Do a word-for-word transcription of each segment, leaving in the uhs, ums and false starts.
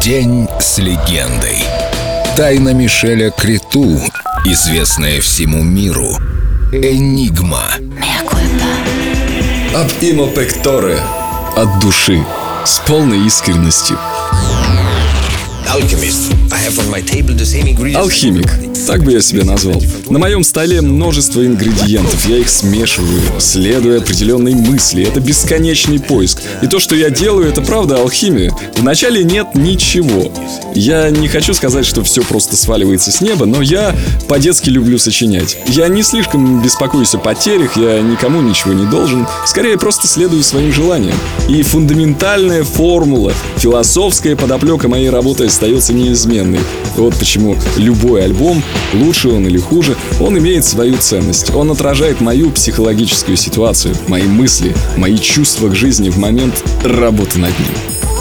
День с легендой. Тайна Мишеля Криту, известная всему миру. Энигма. Об има пекторе, от души, с полной искренностью. Алхимик, так бы я себя назвал. На моем столе множество ингредиентов, я их смешиваю, следуя определенной мысли. Это бесконечный поиск. И то, что я делаю, это правда алхимия. Вначале нет ничего. Я не хочу сказать, что все просто сваливается с неба, но я по-детски люблю сочинять. Я не слишком беспокоюсь о потерях, я никому ничего не должен. Скорее, просто следую своим желаниям. И фундаментальная формула, философская подоплека моей работы остается неизменной. Вот почему любой альбом, лучше он или хуже, он имеет свою ценность. Он отражает мою психологическую ситуацию, мои мысли, мои чувства к жизни в момент работы над ним.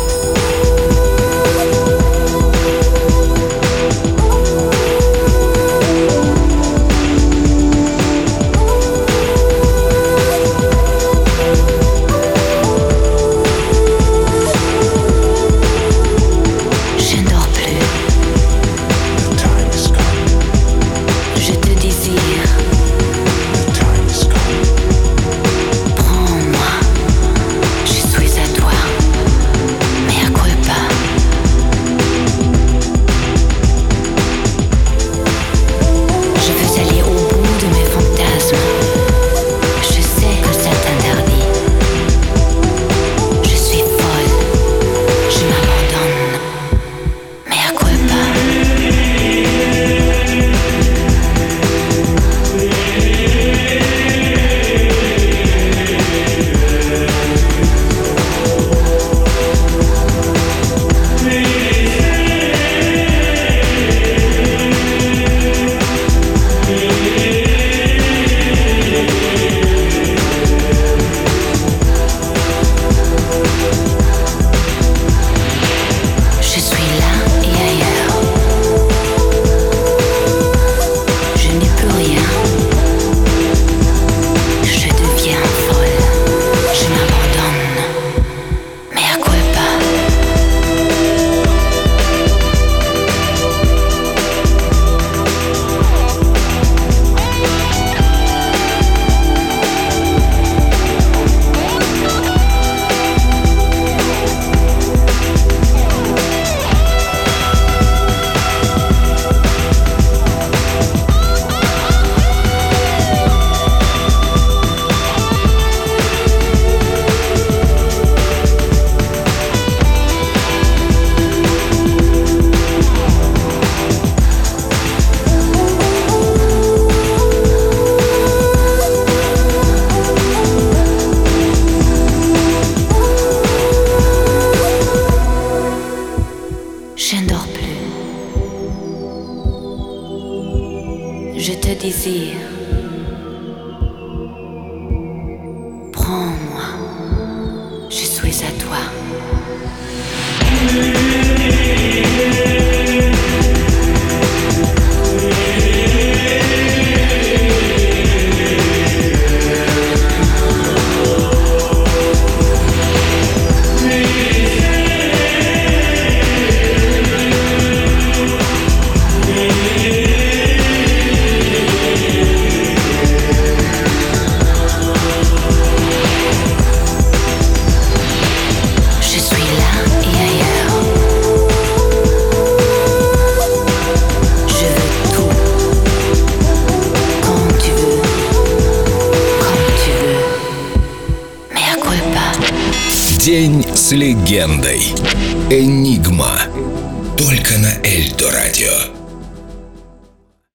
Je te désire. Prends-moi. Je suis à toi. День с легендой. Энигма. Только на Эльдо радио.